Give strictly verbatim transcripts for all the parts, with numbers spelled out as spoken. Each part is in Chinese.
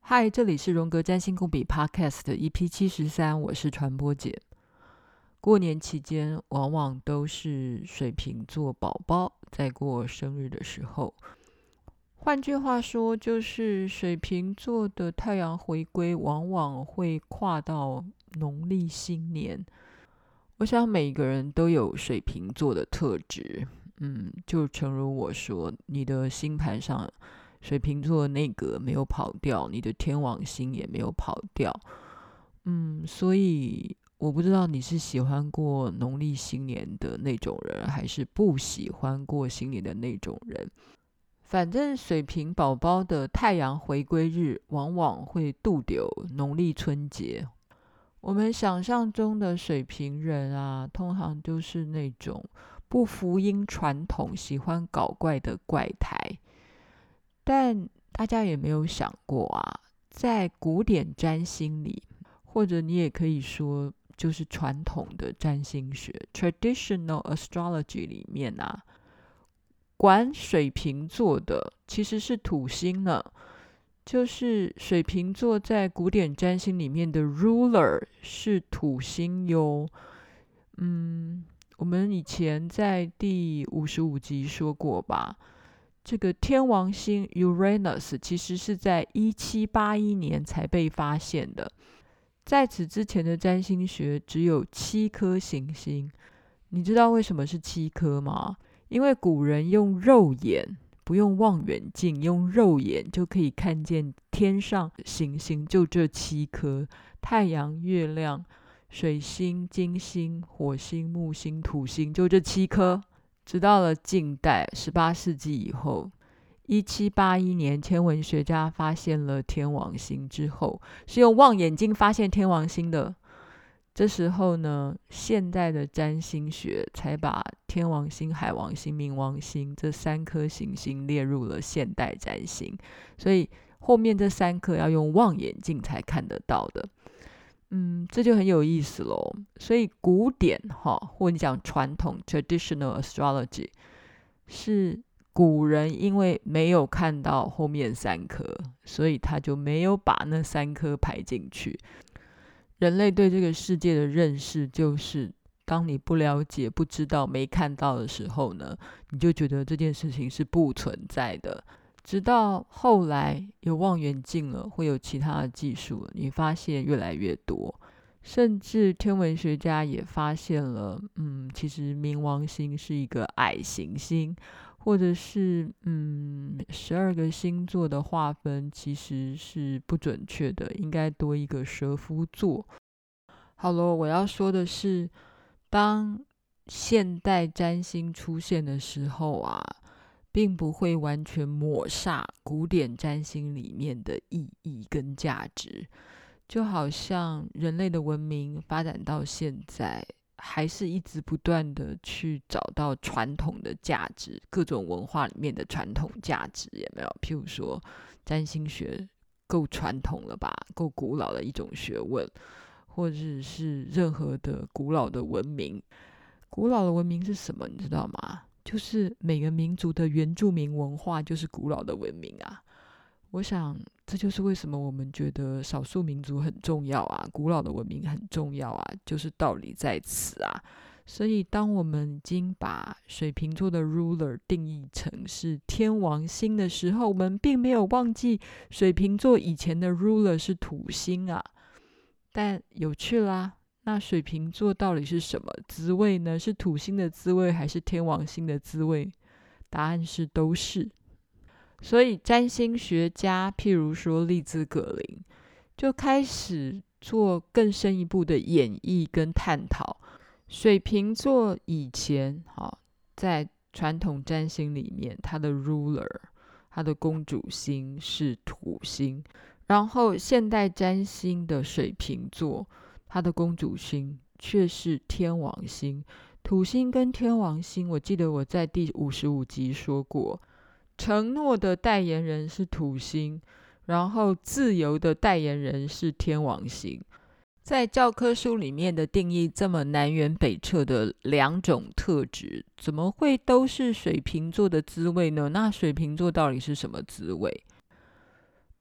嗨，这里是荣格占星共笔 Podcast 的 E P 七十三，我是传播姐。过年期间往往都是水瓶座宝宝在过生日的时候，换句话说，就是水瓶座的太阳回归往往会跨到农历新年。我想每个人都有水瓶座的特质，嗯，就诚如我说，你的星盘上水瓶座的内格没有跑掉，你的天王星也没有跑掉，嗯，所以我不知道你是喜欢过农历新年的那种人，还是不喜欢过新年的那种人。反正水瓶宝宝的太阳回归日往往会度丢农历春节。我们想象中的水瓶人啊，通常就是那种不符应传统、喜欢搞怪的怪胎。但大家也没有想过啊，在古典占星里，或者你也可以说就是传统的占星学 （traditional astrology） 里面啊，管水瓶座的其实是土星呢。就是水瓶座在古典占星里面的 ruler 是土星哟。嗯，我们以前在第五十五集说过吧，这个天王星 Uranus 其实是在一七八一年才被发现的，在此之前的占星学只有七颗行星。你知道为什么是七颗吗？因为古人用肉眼，不用望远镜，用肉眼就可以看见天上行星就这七颗：太阳、月亮、水星、金星、火星、木星、土星，就这七颗。直到了近代十八世纪以后，一七八一年天文学家发现了天王星之后，是用望远镜发现天王星的。这时候呢，现代的占星学才把天王星、海王星、冥王星这三颗行星列入了现代占星，所以后面这三颗要用望远镜才看得到的。嗯，这就很有意思咯。所以古典哈，或你讲传统 traditional astrology 是古人因为没有看到后面三颗，所以他就没有把那三颗排进去。人类对这个世界的认识就是，当你不了解、不知道、没看到的时候呢，你就觉得这件事情是不存在的。直到后来有望远镜了，会有其他的技术了，你发现越来越多，甚至天文学家也发现了，嗯，其实冥王星是一个矮行星，或者是嗯，十二个星座的划分其实是不准确的，应该多一个蛇夫座。好了，我要说的是，当现代占星出现的时候啊，并不会完全抹煞古典占星里面的意义跟价值。就好像人类的文明发展到现在，还是一直不断的去找到传统的价值，各种文化里面的传统价值，有没有？譬如说占星学够传统了吧，够古老的一种学问，或者是任何的古老的文明。古老的文明是什么你知道吗？就是每个民族的原住民文化就是古老的文明啊。我想这就是为什么我们觉得少数民族很重要啊，古老的文明很重要啊，就是道理在此啊。所以当我们已经把水瓶座的 ruler 定义成是天王星的时候，我们并没有忘记水瓶座以前的 ruler 是土星啊。但有趣啦，那水瓶座到底是什么滋味呢？是土星的滋味还是天王星的滋味？答案是都是。所以占星学家譬如说利兹格林就开始做更深一步的演绎跟探讨。水瓶座以前在传统占星里面，它的 ruler 它的公主星是土星，然后现代占星的水瓶座它的公主星却是天王星。土星跟天王星，我记得我在第五十五集说过，承诺的代言人是土星，然后自由的代言人是天王星。在教科书里面的定义这么南辕北辙的两种特质，怎么会都是水瓶座的滋味呢？那水瓶座到底是什么滋味？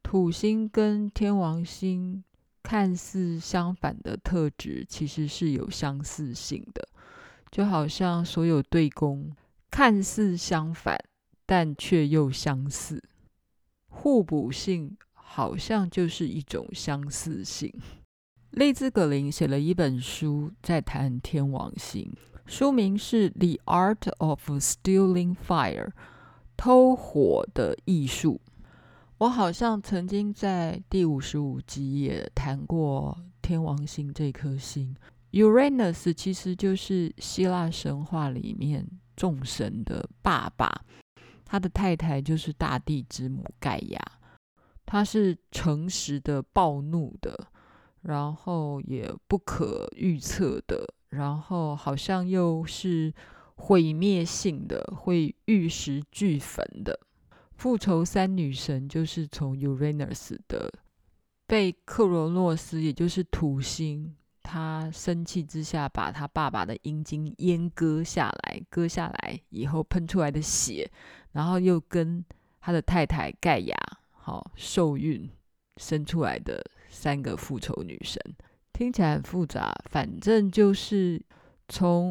土星跟天王星看似相反的特质，其实是有相似性的，就好像所有对宫看似相反，但却又相似。互补性好像就是一种相似性。利兹葛林写了一本书在谈天王星，书名是 The Art of Stealing Fire， 偷火的艺术。我好像曾经在第五十五集也谈过天王星这颗星。 Uranus 其实就是希腊神话里面众神的爸爸，他的太太就是大地之母盖亚，他是诚实的、暴怒的，然后也不可预测的，然后好像又是毁灭性的，会玉石俱焚的。复仇三女神就是从 Uranus 的，被克罗诺斯也就是土星，他生气之下把他爸爸的阴茎阉割下来，割下来以后喷出来的血，然后又跟他的太太盖亚好受孕生出来的三个复仇女神。听起来很复杂，反正就是从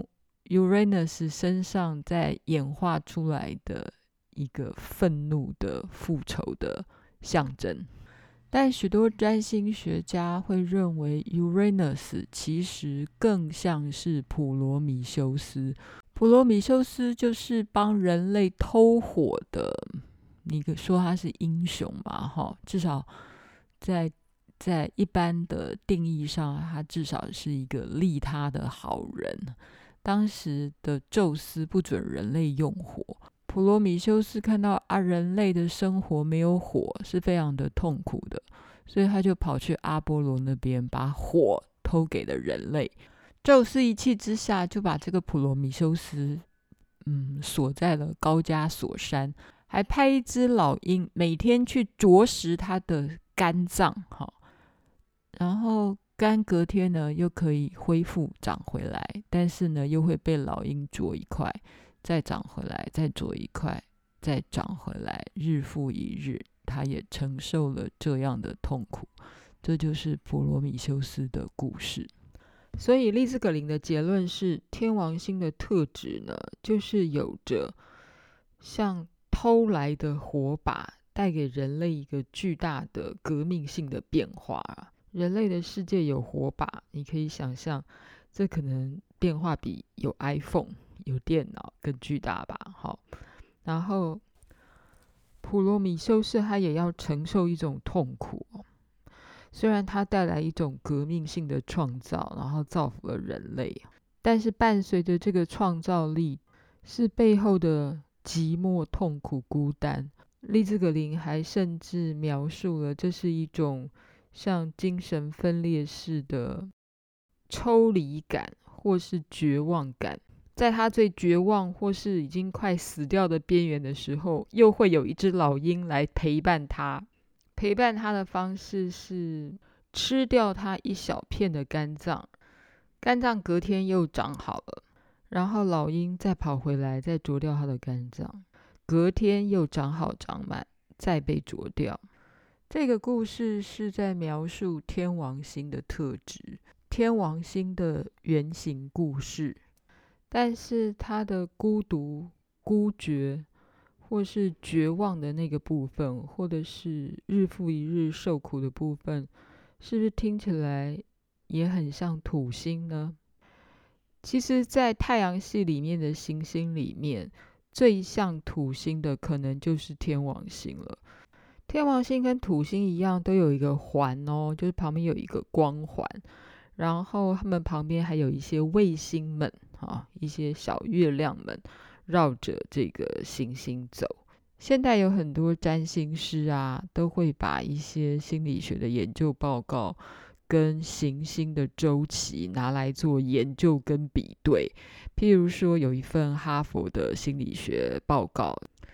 Uranus 身上再演化出来的一个愤怒的复仇的象征。但许多占星学家会认为 Uranus 其实更像是普罗米修斯。普罗米修斯就是帮人类偷火的，你说他是英雄嘛？至少在在一般的定义上，他至少是一个利他的好人。当时的宙斯不准人类用火，普罗米修斯看到啊人类的生活没有火是非常的痛苦的，所以他就跑去阿波罗那边把火偷给了人类。宙斯一气之下就把这个普罗米修斯嗯锁在了高加索山，还派一只老鹰每天去啄食他的肝脏，然后肝隔天呢又可以恢复长回来，但是呢又会被老鹰啄一块，再长回来，再啄一块，再长回来，日复一日，他也承受了这样的痛苦。这就是普罗米修斯的故事。所以利兹葛林的结论是，天王星的特质呢，就是有着像偷来的火把，带给人类一个巨大的革命性的变化。人类的世界有火把，你可以想象，这可能变化比有 iPhone、有电脑更巨大吧。好，然后普罗米修斯他也要承受一种痛苦，虽然他带来一种革命性的创造，然后造福了人类，但是伴随着这个创造力是背后的寂寞、痛苦、孤单。利兹葛林还甚至描述了这是一种像精神分裂式的抽离感或是绝望感。在他最绝望或是已经快死掉的边缘的时候，又会有一只老鹰来陪伴他。陪伴他的方式是吃掉他一小片的肝脏，肝脏隔天又长好了，然后老鹰再跑回来再啄掉他的肝脏，隔天又长好长满，再被啄掉。这个故事是在描述天王星的特质，天王星的原型故事，但是他的孤独、孤绝或是绝望的那个部分，或者是日复一日受苦的部分，是不是听起来也很像土星呢？其实在太阳系里面的行星里面，最像土星的可能就是天王星了。天王星跟土星一样都有一个环哦，就是旁边有一个光环，然后他们旁边还有一些卫星们、啊、一些小月亮们绕着这个行星走。现在有很多占星师啊，都会把一些心理学的研究报告跟行星的周期拿来做研究跟比对。譬如说有一份哈佛的心理学报告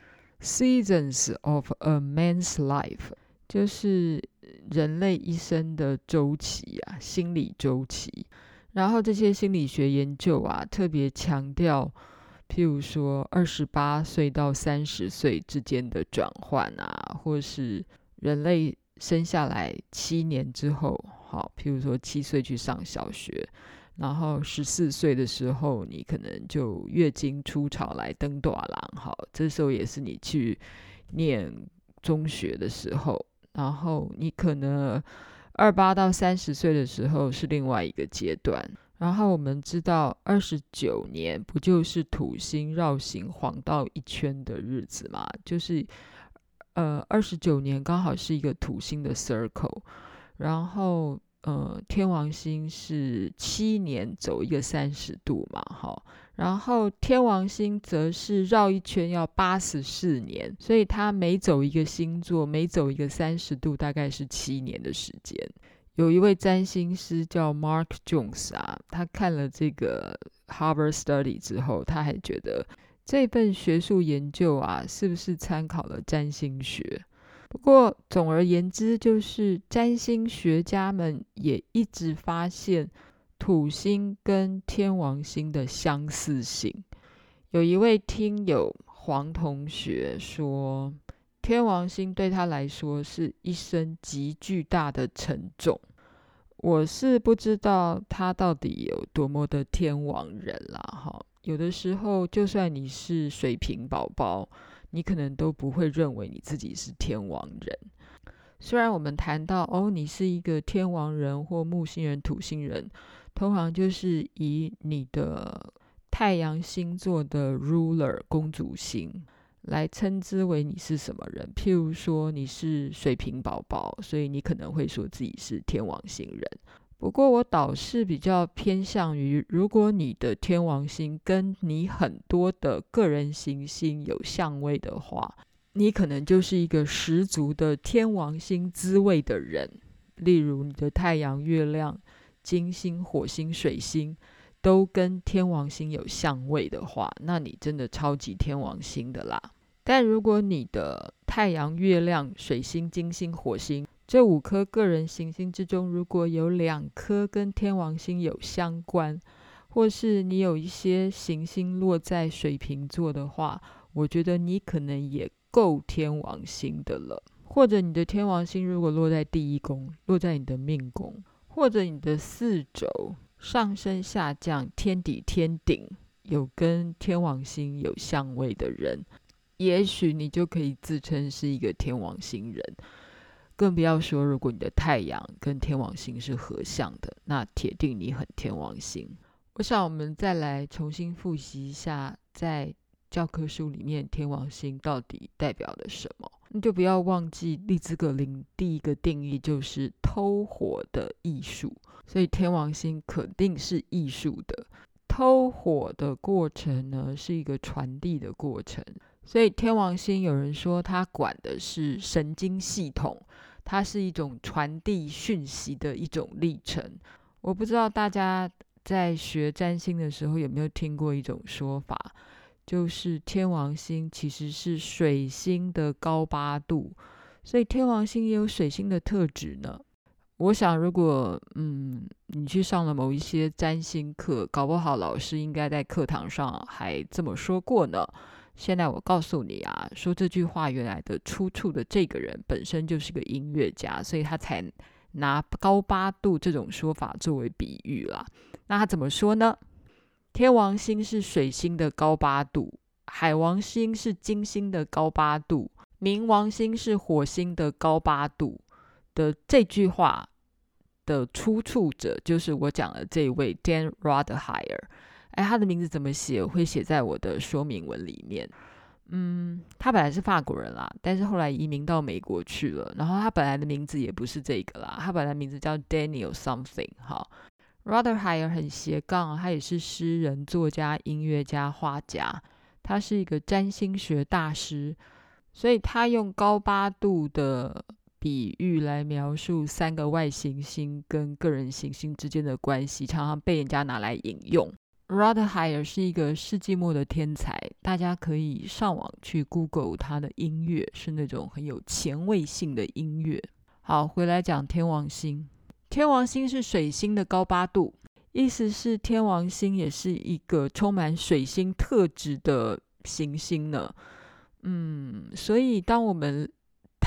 Seasons of a Man's Life， 就是人类一生的周期啊，心理周期。然后这些心理学研究啊，特别强调譬如说二十八岁到三十岁之间的转换啊，或是人类生下来七年之后，好，譬如说七岁去上小学，然后十四岁的时候，你可能就月经初潮来登大人，好，这时候也是你去念中学的时候，然后你可能二八到三十岁的时候是另外一个阶段。然后我们知道二十九年不就是土星绕行黄道一圈的日子嘛，就是呃二十九年刚好是一个土星的 circle， 然后呃天王星是七年走一个三十度嘛，好，然后天王星则是绕一圈要八十四年，所以它每走一个星座，每走一个三十度，大概是七年的时间。有一位占星师叫 Mark Jones 啊，他看了这个 Harvard Study 之后，他还觉得这份学术研究啊，是不是参考了占星学？不过总而言之，就是占星学家们也一直发现土星跟天王星的相似性。有一位听友黄同学说，天王星对他来说是一生极巨大的沉重。我是不知道他到底有多么的天王人啦，有的时候就算你是水瓶宝宝，你可能都不会认为你自己是天王人。虽然我们谈到哦，你是一个天王人或木星人、土星人，通常就是以你的太阳星座的 ruler 公主星来称之为你是什么人。譬如说你是水瓶宝宝，所以你可能会说自己是天王星人。不过我倒是比较偏向于，如果你的天王星跟你很多的个人行星有相位的话，你可能就是一个十足的天王星滋味的人。例如你的太阳、月亮、金星、火星、水星都跟天王星有相位的话，那你真的超级天王星的啦。但如果你的太阳、月亮、水星、金星、火星这五颗个人行星之中，如果有两颗跟天王星有相关，或是你有一些行星落在水瓶座的话，我觉得你可能也够天王星的了。或者你的天王星如果落在第一宫，落在你的命宫，或者你的四轴上升下降天底天顶有跟天王星有相位的人，也许你就可以自称是一个天王星人。更不要说如果你的太阳跟天王星是合相的，那铁定你很天王星。我想我们再来重新复习一下在教科书里面天王星到底代表了什么。你就不要忘记丽兹格林第一个定义就是偷火的艺术，所以天王星肯定是艺术的。偷火的过程呢，是一个传递的过程，所以天王星有人说它管的是神经系统，它是一种传递讯息的一种历程。我不知道大家在学占星的时候有没有听过一种说法，就是天王星其实是水星的高八度，所以天王星也有水星的特质呢。我想如果嗯你去上了某一些占星课，搞不好老师应该在课堂上还这么说过呢。现在我告诉你啊，说这句话原来的出处的这个人本身就是个音乐家，所以他才拿高八度这种说法作为比喻啦。那他怎么说呢？天王星是水星的高八度，海王星是金星的高八度，冥王星是火星的高八度的这句话的出处者就是我讲的这位 Dan Rotherhire。哎，他的名字怎么写？我会写在我的说明文里面。嗯，他本来是法国人啦，但是后来移民到美国去了。然后他本来的名字也不是这个啦，他本来名字叫 Daniel something。好 ，Rotherhire 很斜杠，他也是诗人、作家、音乐家、画家，他是一个占星学大师，所以他用高八度的比喻来描述三个外行星跟个人行星之间的关系，常常被人家拿来引用。Rotherhire 是一个世纪末的天才，大家可以上网去 Google 他的音乐，是那种很有前卫性的音乐。好，回来讲天王星。天王星是水星的高八度，意思是天王星也是一个充满水星特质的行星呢。嗯，所以当我们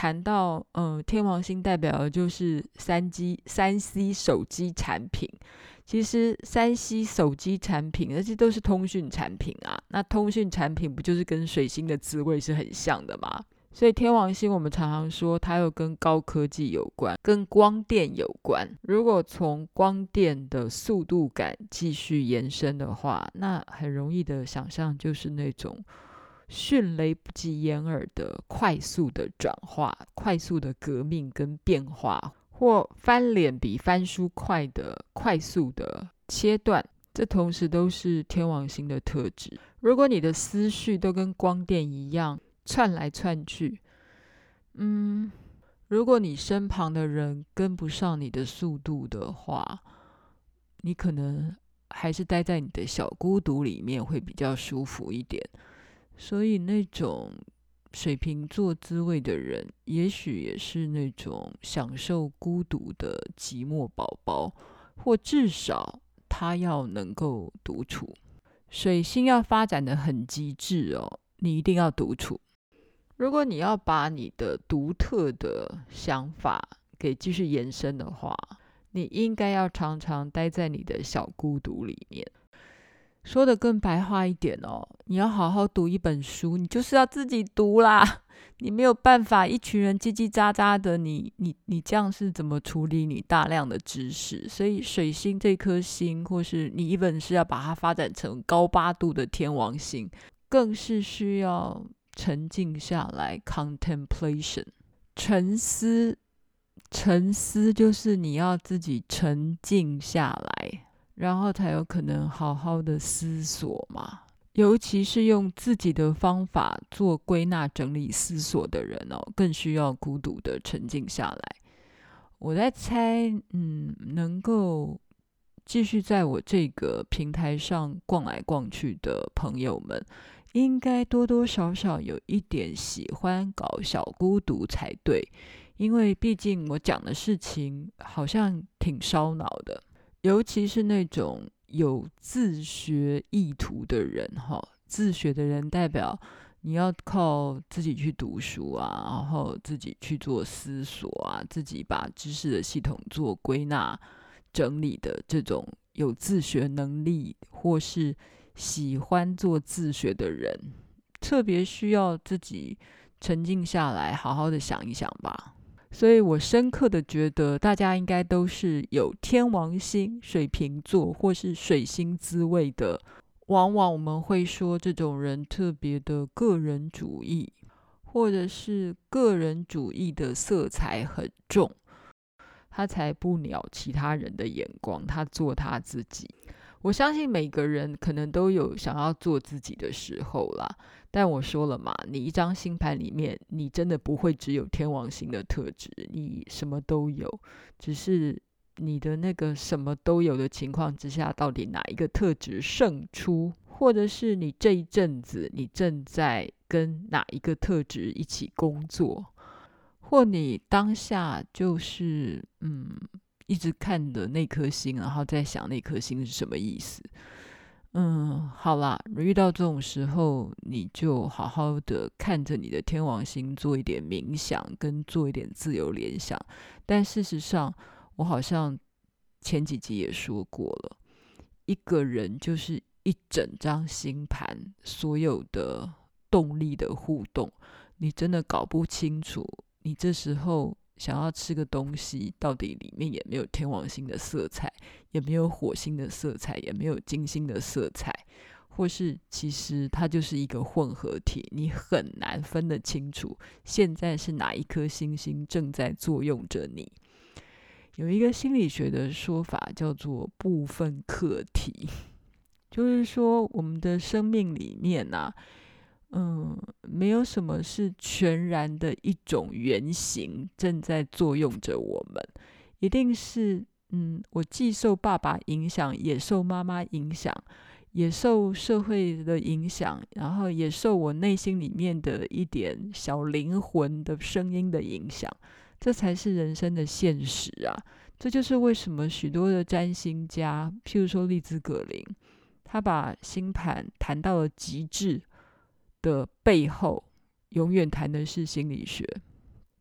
谈到嗯，天王星代表的就是三 G 三 C 手机产品。其实三 C 手机产品那些都是通讯产品啊，那通讯产品不就是跟水星的滋味是很像的吗？所以天王星我们常常说它又跟高科技有关，跟光电有关。如果从光电的速度感继续延伸的话，那很容易的想象就是那种迅雷不及掩耳的快速的转化，快速的革命跟变化，或翻脸比翻书快的快速的切断，这同时都是天王星的特质。如果你的思绪都跟光电一样窜来窜去，嗯，如果你身旁的人跟不上你的速度的话，你可能还是待在你的小孤独里面会比较舒服一点。所以那种水瓶座滋味的人，也许也是那种享受孤独的寂寞宝宝，或至少他要能够独处。水星要发展得很极致哦，你一定要独处。如果你要把你的独特的想法给继续延伸的话，你应该要常常待在你的小孤独里面。说得更白话一点哦，你要好好读一本书，你就是要自己读啦，你没有办法一群人叽叽喳喳的，你你你这样是怎么处理你大量的知识？所以水星这颗星，或是你一本是要把它发展成高八度的天王星，更是需要沉静下来 contemplation 沉思。沉思就是你要自己沉静下来，然后才有可能好好的思索嘛。尤其是用自己的方法做归纳整理思索的人哦，更需要孤独的沉静下来。我在猜，嗯，能够继续在我这个平台上逛来逛去的朋友们，应该多多少少有一点喜欢搞小孤独才对，因为毕竟我讲的事情好像挺烧脑的，尤其是那种有自学意图的人，自学的人代表你要靠自己去读书啊，然后自己去做思索啊，自己把知识的系统做归纳整理的这种有自学能力或是喜欢做自学的人，特别需要自己沉静下来好好的想一想吧。所以我深刻的觉得大家应该都是有天王星、水瓶座或是水星滋味的，往往我们会说这种人特别的个人主义，或者是个人主义的色彩很重，他才不鸟其他人的眼光，他做他自己。我相信每个人可能都有想要做自己的时候啦，但我说了嘛，你一张星盘里面，你真的不会只有天王星的特质，你什么都有，只是你的那个什么都有的情况之下，到底哪一个特质胜出，或者是你这一阵子你正在跟哪一个特质一起工作，或你当下就是嗯一直看的那颗星，然后在想那颗星是什么意思。嗯，好啦，遇到这种时候，你就好好的看着你的天王星做一点冥想，跟做一点自由联想。但事实上，我好像前几集也说过了，一个人就是一整张星盘所有的动力的互动，你真的搞不清楚，你这时候想要吃个东西，到底里面也没有天王星的色彩，也没有火星的色彩，也没有金星的色彩，或是其实它就是一个混合体，你很难分得清楚现在是哪一颗星星正在作用着你。有一个心理学的说法叫做部分课题，就是说我们的生命里面啊，嗯，没有什么是全然的一种原型正在作用着我们，一定是嗯，我既受爸爸影响，也受妈妈影响，也受社会的影响，然后也受我内心里面的一点小灵魂的声音的影响，这才是人生的现实啊！这就是为什么许多的占星家，譬如说利兹葛林，他把星盘谈到了极致的背后，永远谈的是心理学。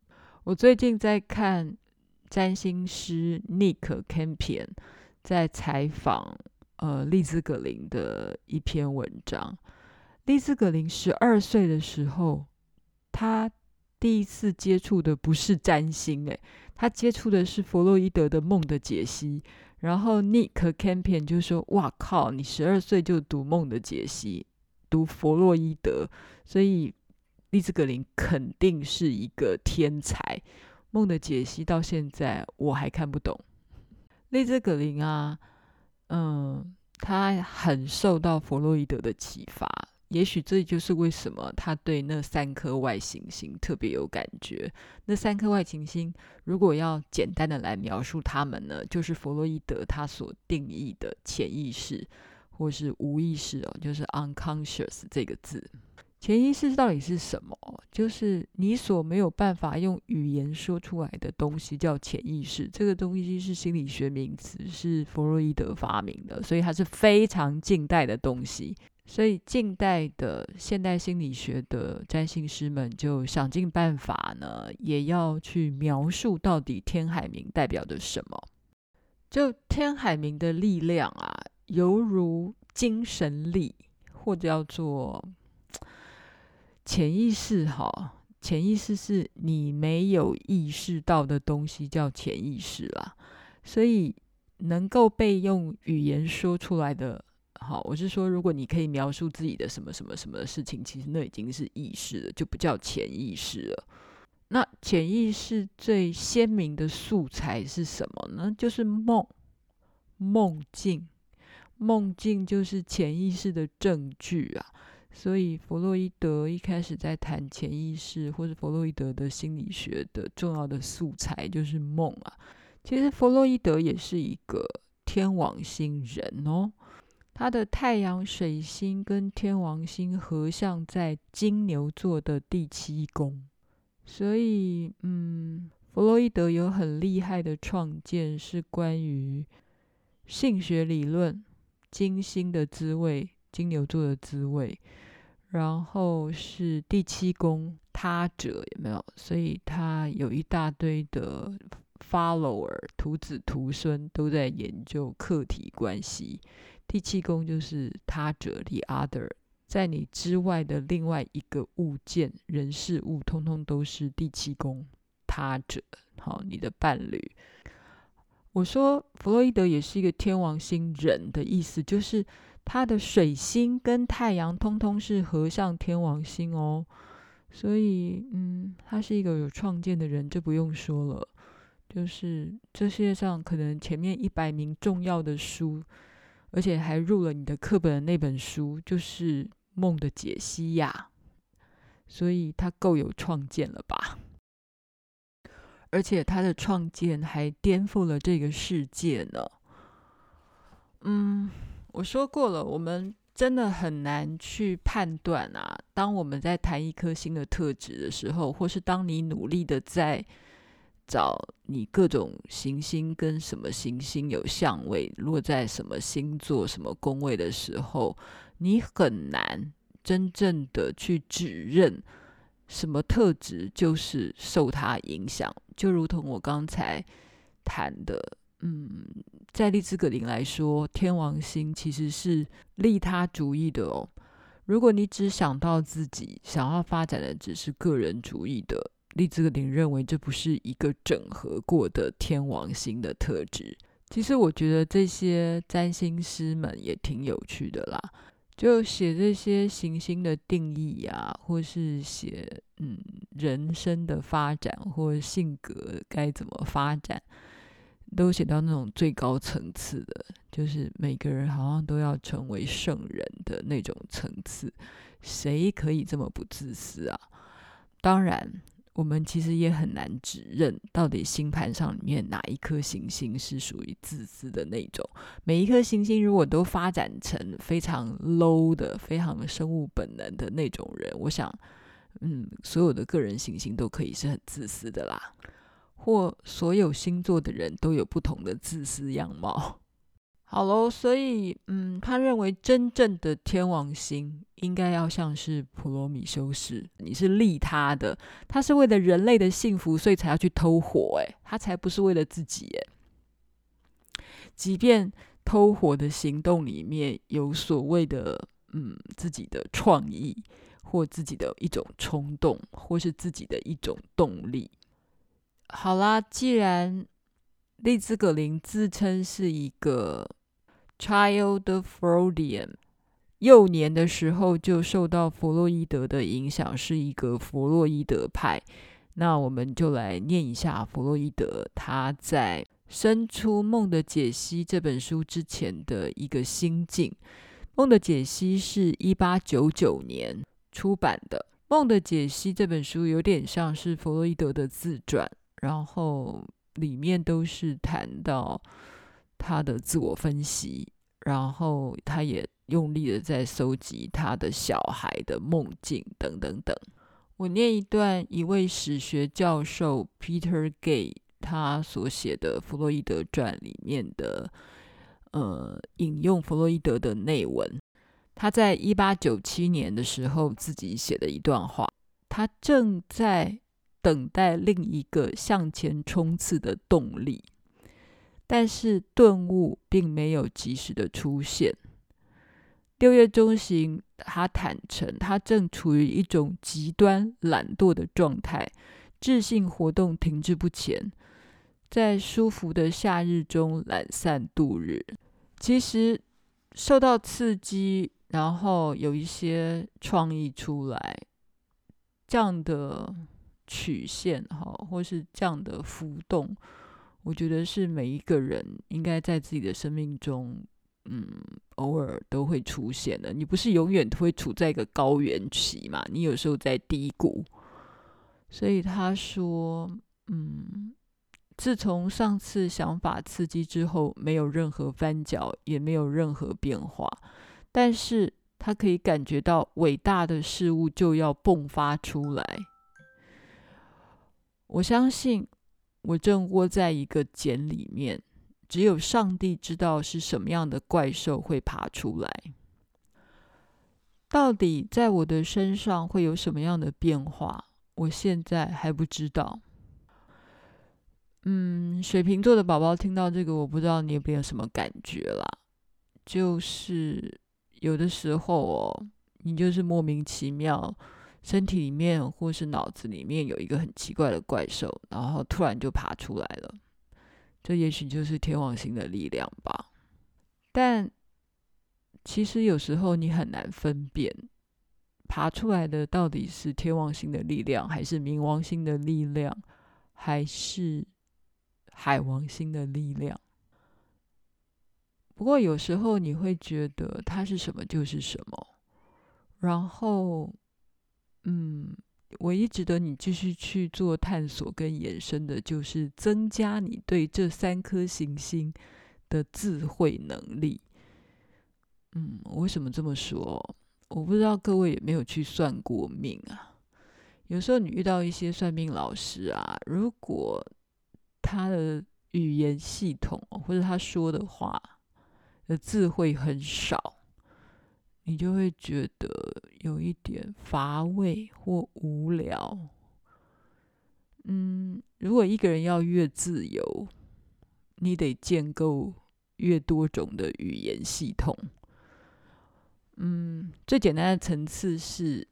我最近在看占星师 Nick Campion 在采访呃丽兹格林的一篇文章。丽兹格林十二岁的时候，他第一次接触的不是占星，诶，他接触的是弗洛伊德的梦的解析。然后 Nick Campion 就说：哇靠，你十二岁就读梦的解析，读弗洛伊德，所以丽兹格林肯定是一个天才。梦的解析到现在我还看不懂。丽兹格林啊，嗯，他很受到弗洛伊德的启发，也许这就是为什么他对那三颗外行星特别有感觉。那三颗外行星如果要简单的来描述他们呢，就是弗洛伊德他所定义的潜意识或是无意识哦，就是 unconscious 这个字。潜意识到底是什么？就是你所没有办法用语言说出来的东西叫潜意识。这个东西是心理学名词，是弗洛伊德发明的，所以它是非常近代的东西。所以近代的现代心理学的占星师们就想尽办法呢，也要去描述到底天海冥代表的什么。就天海冥的力量啊，犹如精神力，或者叫做潜意识哈，潜意识是你没有意识到的东西叫潜意识啦。所以能够被用语言说出来的，好，我是说如果你可以描述自己的什么什么什么的事情，其实那已经是意识了，就不叫潜意识了。那潜意识最鲜明的素材是什么呢？就是梦，梦境。梦境就是潜意识的证据啊。所以弗洛伊德一开始在谈潜意识，或是弗洛伊德的心理学的重要的素材就是梦啊。其实弗洛伊德也是一个天王星人哦，他的太阳水星跟天王星合相在金牛座的第七宫。所以嗯，弗洛伊德有很厉害的创建，是关于性学理论，金星的滋味，金牛座的滋味，然后是第七宫他者，有没有？所以他有一大堆的 follower， 徒子徒孙都在研究客体关系。第七宫就是他者 the other， 在你之外的另外一个物件人事物，通通都是第七宫他者，好，你的伴侣。我说弗洛伊德也是一个天王星人的意思，就是他的水星跟太阳通通是合相天王星哦。所以嗯，他是一个有创建的人，就不用说了。就是这世界上可能前面一百名重要的书，而且还入了你的课本的那本书，就是梦的解析呀。所以他够有创建了吧？而且他的创建还颠覆了这个世界呢。嗯，我说过了，我们真的很难去判断啊。当我们在谈一颗星的特质的时候，或是当你努力的在找你各种行星跟什么行星有相位，落在什么星座、什么宫位的时候，你很难真正的去指认什么特质就是受它影响。就如同我刚才谈的，嗯，在丽兹格林来说，天王星其实是利他主义的哦。如果你只想到自己，想要发展的只是个人主义的，丽兹格林认为这不是一个整合过的天王星的特质。其实我觉得这些占星师们也挺有趣的啦，就写这些行星的定义啊，或是写嗯人生的发展或性格该怎么发展，都写到那种最高层次的，就是每个人好像都要成为圣人的那种层次。谁可以这么不自私啊？当然我们其实也很难指认到底星盘上里面哪一颗行星是属于自私的那种。每一颗行星如果都发展成非常 low 的，非常生物本能的那种人，我想嗯，所有的个人行星都可以是很自私的啦，或所有星座的人都有不同的自私样貌。 好咯，所以嗯，他认为真正的天王星应该要像是普罗米修斯，你是利他的，他是为了人类的幸福，所以才要去偷火，诶，他才不是为了自己，诶。即便偷火的行动里面有所谓的嗯自己的创意，或自己的一种冲动，或是自己的一种动力。好啦，既然利兹葛林自称是一个 child Freudian， 幼年的时候就受到弗洛伊德的影响，是一个弗洛伊德派，那我们就来念一下弗洛伊德他在生出《梦的解析》这本书之前的一个心境。《梦的解析》是一八九九年出版的，《梦的解析》这本书有点像是弗洛伊德的自传，然后里面都是谈到他的自我分析，然后他也用力的在搜集他的小孩的梦境等等等。我念一段一位史学教授 Peter Gay 他所写的弗洛伊德传里面的呃引用弗洛伊德的内文。他在一八九七年的时候自己写的一段话，他正在等待另一个向前冲刺的动力，但是顿悟并没有及时的出现。六月中旬，他坦诚他正处于一种极端懒惰的状态，智性活动停滞不前，在舒服的夏日中懒散度日。其实受到刺激，然后有一些创意出来，这样的曲线或是这样的浮动，我觉得是每一个人应该在自己的生命中嗯，偶尔都会出现的。你不是永远都会处在一个高原期嘛，你有时候在低谷。所以他说嗯，自从上次想法刺激之后，没有任何翻脚，也没有任何变化，但是他可以感觉到伟大的事物就要迸发出来。我相信我正窝在一个茧里面，只有上帝知道是什么样的怪兽会爬出来。到底在我的身上会有什么样的变化，我现在还不知道。嗯，水瓶座的宝宝听到这个，我不知道你有没有什么感觉啦。就是有的时候哦，你就是莫名其妙，身体里面或是脑子里面有一个很奇怪的怪兽，然后突然就爬出来了。这也许就是天王星的力量吧。但其实有时候你很难分辨，爬出来的到底是天王星的力量，还是冥王星的力量，还是海王星的力量。不过有时候你会觉得它是什么就是什么，然后嗯，唯一值得你继续去做探索跟延伸的，就是增加你对这三颗行星的智慧能力。嗯，我为什么这么说？我不知道各位有没有去算过命啊？有时候你遇到一些算命老师啊，如果他的语言系统或者他说的话的智慧很少，你就会觉得有一点乏味或无聊。嗯，如果一个人要越自由，你得建构越多种的语言系统。嗯，最简单的层次是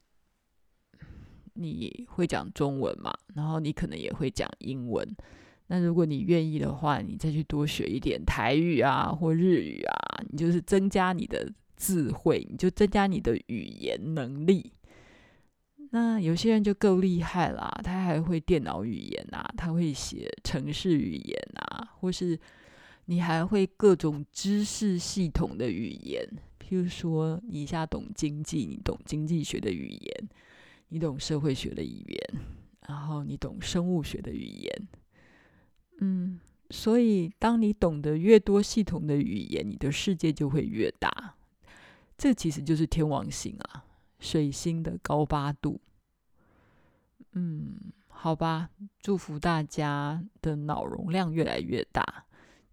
你会讲中文嘛，然后你可能也会讲英文。那如果你愿意的话，你再去多学一点台语啊或日语啊，你就是增加你的智慧，你就增加你的语言能力。那有些人就够厉害啦，他还会电脑语言啊，他会写程式语言啊，或是你还会各种知识系统的语言，譬如说你一下懂经济，你懂经济学的语言，你懂社会学的语言，然后你懂生物学的语言。嗯，所以当你懂得越多系统的语言，你的世界就会越大。这其实就是天王星啊，水星的高八度。嗯，好吧，祝福大家的脑容量越来越大，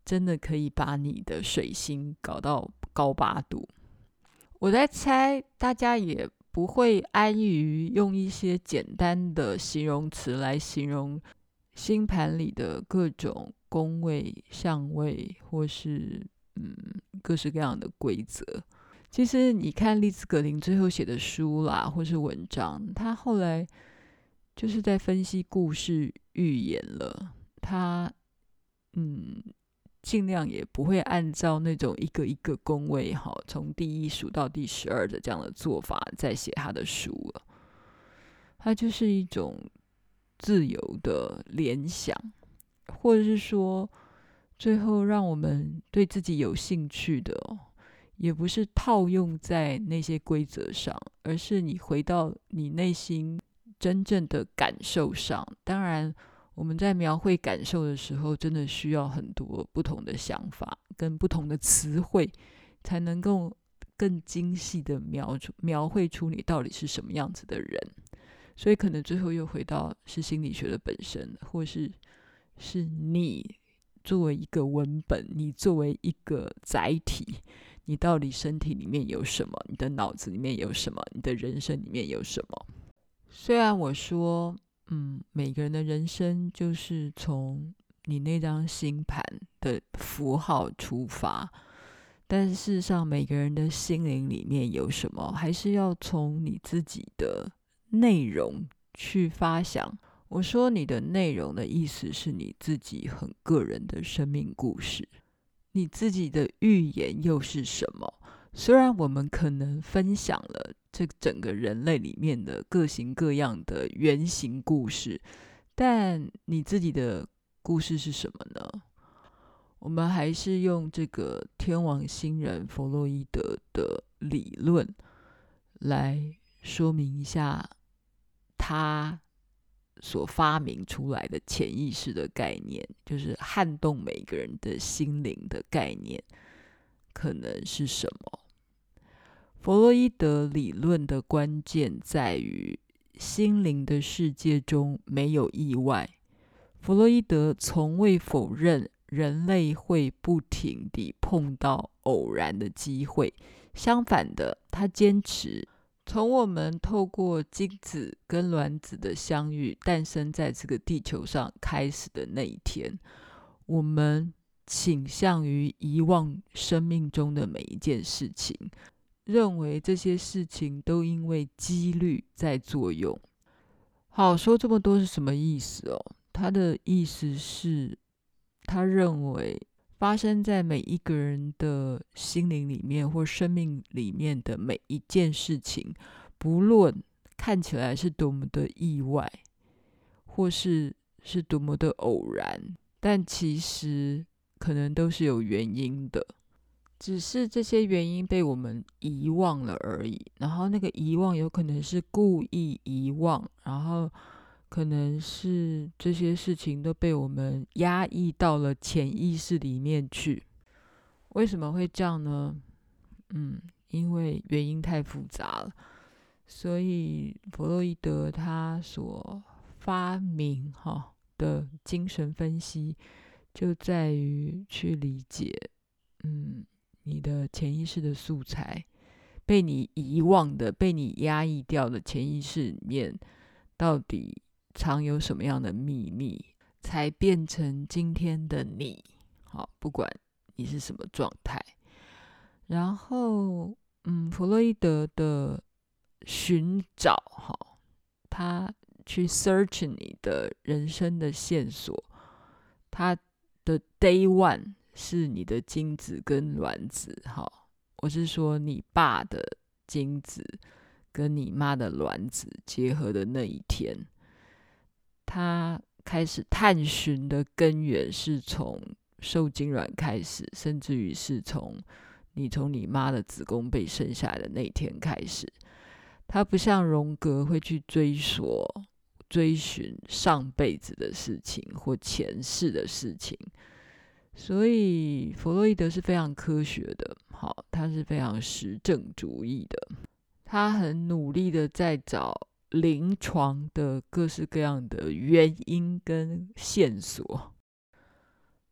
真的可以把你的水星搞到高八度。我在猜，大家也不会安于用一些简单的形容词来形容星盘里的各种宫位、相位，或是嗯各式各样的规则。其实你看丽兹格林最后写的书啦，或是文章，他后来就是在分析故事预言了，他嗯尽量也不会按照那种一个一个宫位从第一数到第十二的这样的做法在写他的书了。它就是一种自由的联想，或者是说最后让我们对自己有兴趣的、哦、也不是套用在那些规则上，而是你回到你内心真正的感受上。当然我们在描绘感受的时候，真的需要很多不同的想法跟不同的词汇，才能够更精细的 描, 描绘出你到底是什么样子的人。所以可能最后又回到是心理学的本身，或是是你作为一个文本，你作为一个载体，你到底身体里面有什么，你的脑子里面有什么，你的人生里面有什么。虽然我说嗯，每个人的人生就是从你那张星盘的符号出发，但是事实上每个人的心灵里面有什么，还是要从你自己的内容去发想。我说你的内容的意思是你自己很个人的生命故事，你自己的预言又是什么？虽然我们可能分享了这整个人类里面的各型各样的原型故事，但你自己的故事是什么呢？我们还是用这个天王星人弗洛伊德的理论来说明一下他所发明出来的潜意识的概念，就是撼动每个人的心灵的概念可能是什么。弗洛伊德理论的关键在于心灵的世界中没有意外。弗洛伊德从未否认人类会不停地碰到偶然的机会，相反的，他坚持从我们透过精子跟卵子的相遇诞生在这个地球上开始的那一天，我们倾向于遗忘生命中的每一件事情，认为这些事情都因为几率在作用。好，说这么多是什么意思哦？他的意思是，他认为发生在每一个人的心灵里面或生命里面的每一件事情，不论看起来是多么的意外，或是是多么的偶然，但其实可能都是有原因的，只是这些原因被我们遗忘了而已。然后那个遗忘有可能是故意遗忘，然后可能是这些事情都被我们压抑到了潜意识里面去。为什么会这样呢？嗯，因为原因太复杂了。所以弗洛伊德他所发明哈的精神分析，就在于去理解，嗯，你的潜意识的素材，被你遗忘的、被你压抑掉的潜意识里面，到底藏有什么样的秘密，才变成今天的你。好，不管你是什么状态。然后，嗯，弗洛伊德的寻找，他去 search 你的人生的线索，他的 day one 是你的精子跟卵子。好，我是说你爸的精子跟你妈的卵子结合的那一天，他开始探寻的根源是从受精卵开始，甚至于是从你从你妈的子宫被生下来的那一天开始。他不像荣格会去追索追寻上辈子的事情或前世的事情，所以弗洛伊德是非常科学的，好，他是非常实证主义的，他很努力的在找临床的各式各样的原因跟线索。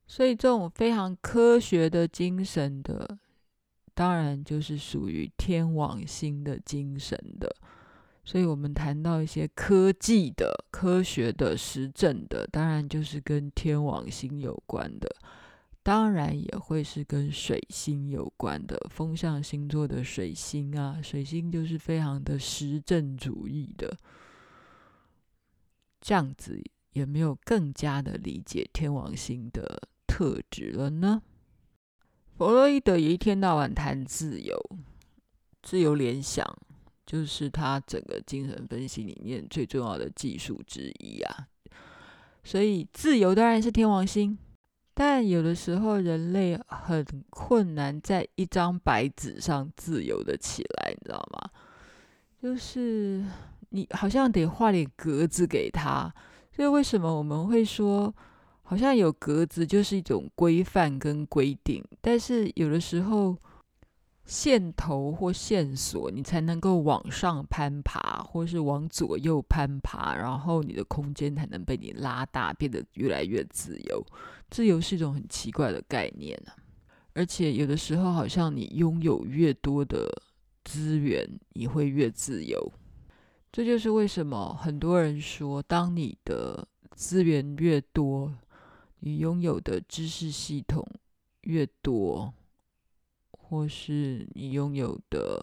所以这种非常科学的精神的，当然就是属于天王星的精神的。所以我们谈到一些科技的、科学的、实证的，当然就是跟天王星有关的，当然也会是跟水星有关的。风象星座的水星啊，水星就是非常的实证主义的。这样子有没有更加的理解天王星的特质了呢？弗洛伊德也一天到晚谈自由，自由联想就是他整个精神分析里面最重要的技术之一啊。所以自由当然是天王星，但有的时候人类很困难在一张白纸上自由的起来，你知道吗？就是你好像得画点格子给他。所以为什么我们会说好像有格子就是一种规范跟规定，但是有的时候线头或线索你才能够往上攀爬，或是往左右攀爬，然后你的空间才能被你拉大，变得越来越自由。自由是一种很奇怪的概念啊，而且有的时候好像你拥有越多的资源，你会越自由。这就是为什么很多人说，当你的资源越多，你拥有的知识系统越多，或是你拥有的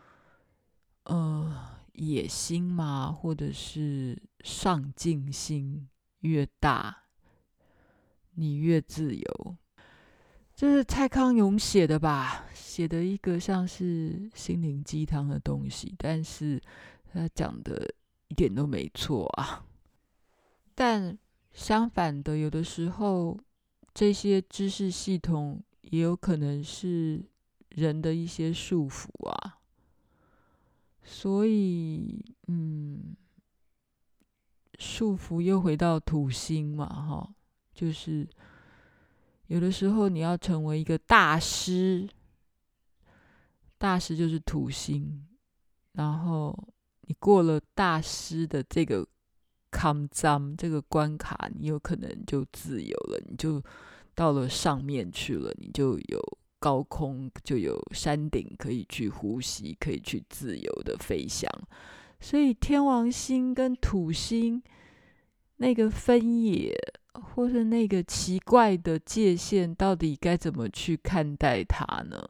呃野心嘛，或者是上进心越大，你越自由。这是蔡康永写的吧？写的一个像是心灵鸡汤的东西，但是他讲的一点都没错啊。但相反的，有的时候这些知识系统也有可能是人的一些束缚啊。所以，嗯，束缚又回到土星嘛，哈，就是有的时候你要成为一个大师，大师就是土星，然后你过了大师的这个坎站这个关卡，你有可能就自由了，你就到了上面去了，你就有高空，就有山顶可以去呼吸，可以去自由的飞翔。所以天王星跟土星那个分野，或是那个奇怪的界限，到底该怎么去看待它呢？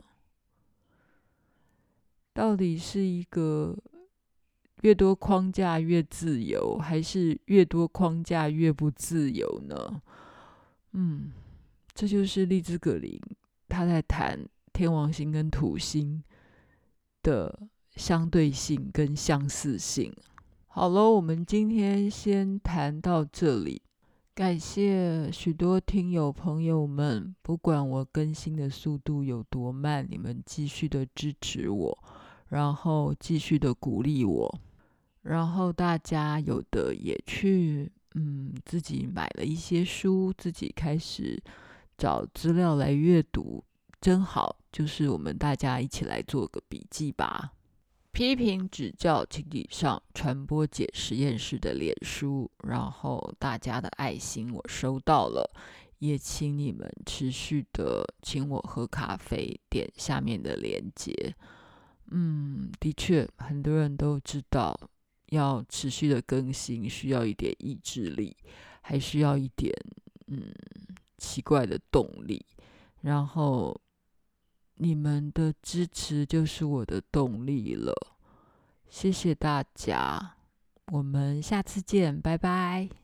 到底是一个越多框架越自由，还是越多框架越不自由呢？嗯，这就是丽兹葛林他在谈天王星跟土星的相对性跟相似性。好了，我们今天先谈到这里。感谢许多听友朋友们，不管我更新的速度有多慢，你们继续的支持我，然后继续的鼓励我，然后大家有的也去嗯自己买了一些书，自己开始找资料来阅读，真好，就是我们大家一起来做个笔记吧。批评指教请你上传播姐实验室的脸书，然后大家的爱心我收到了，也请你们持续的请我喝咖啡，点下面的连结。嗯，的确很多人都知道要持续的更新需要一点意志力，还需要一点嗯奇怪的动力，然后你们的支持就是我的动力了。谢谢大家，我们下次见，拜拜。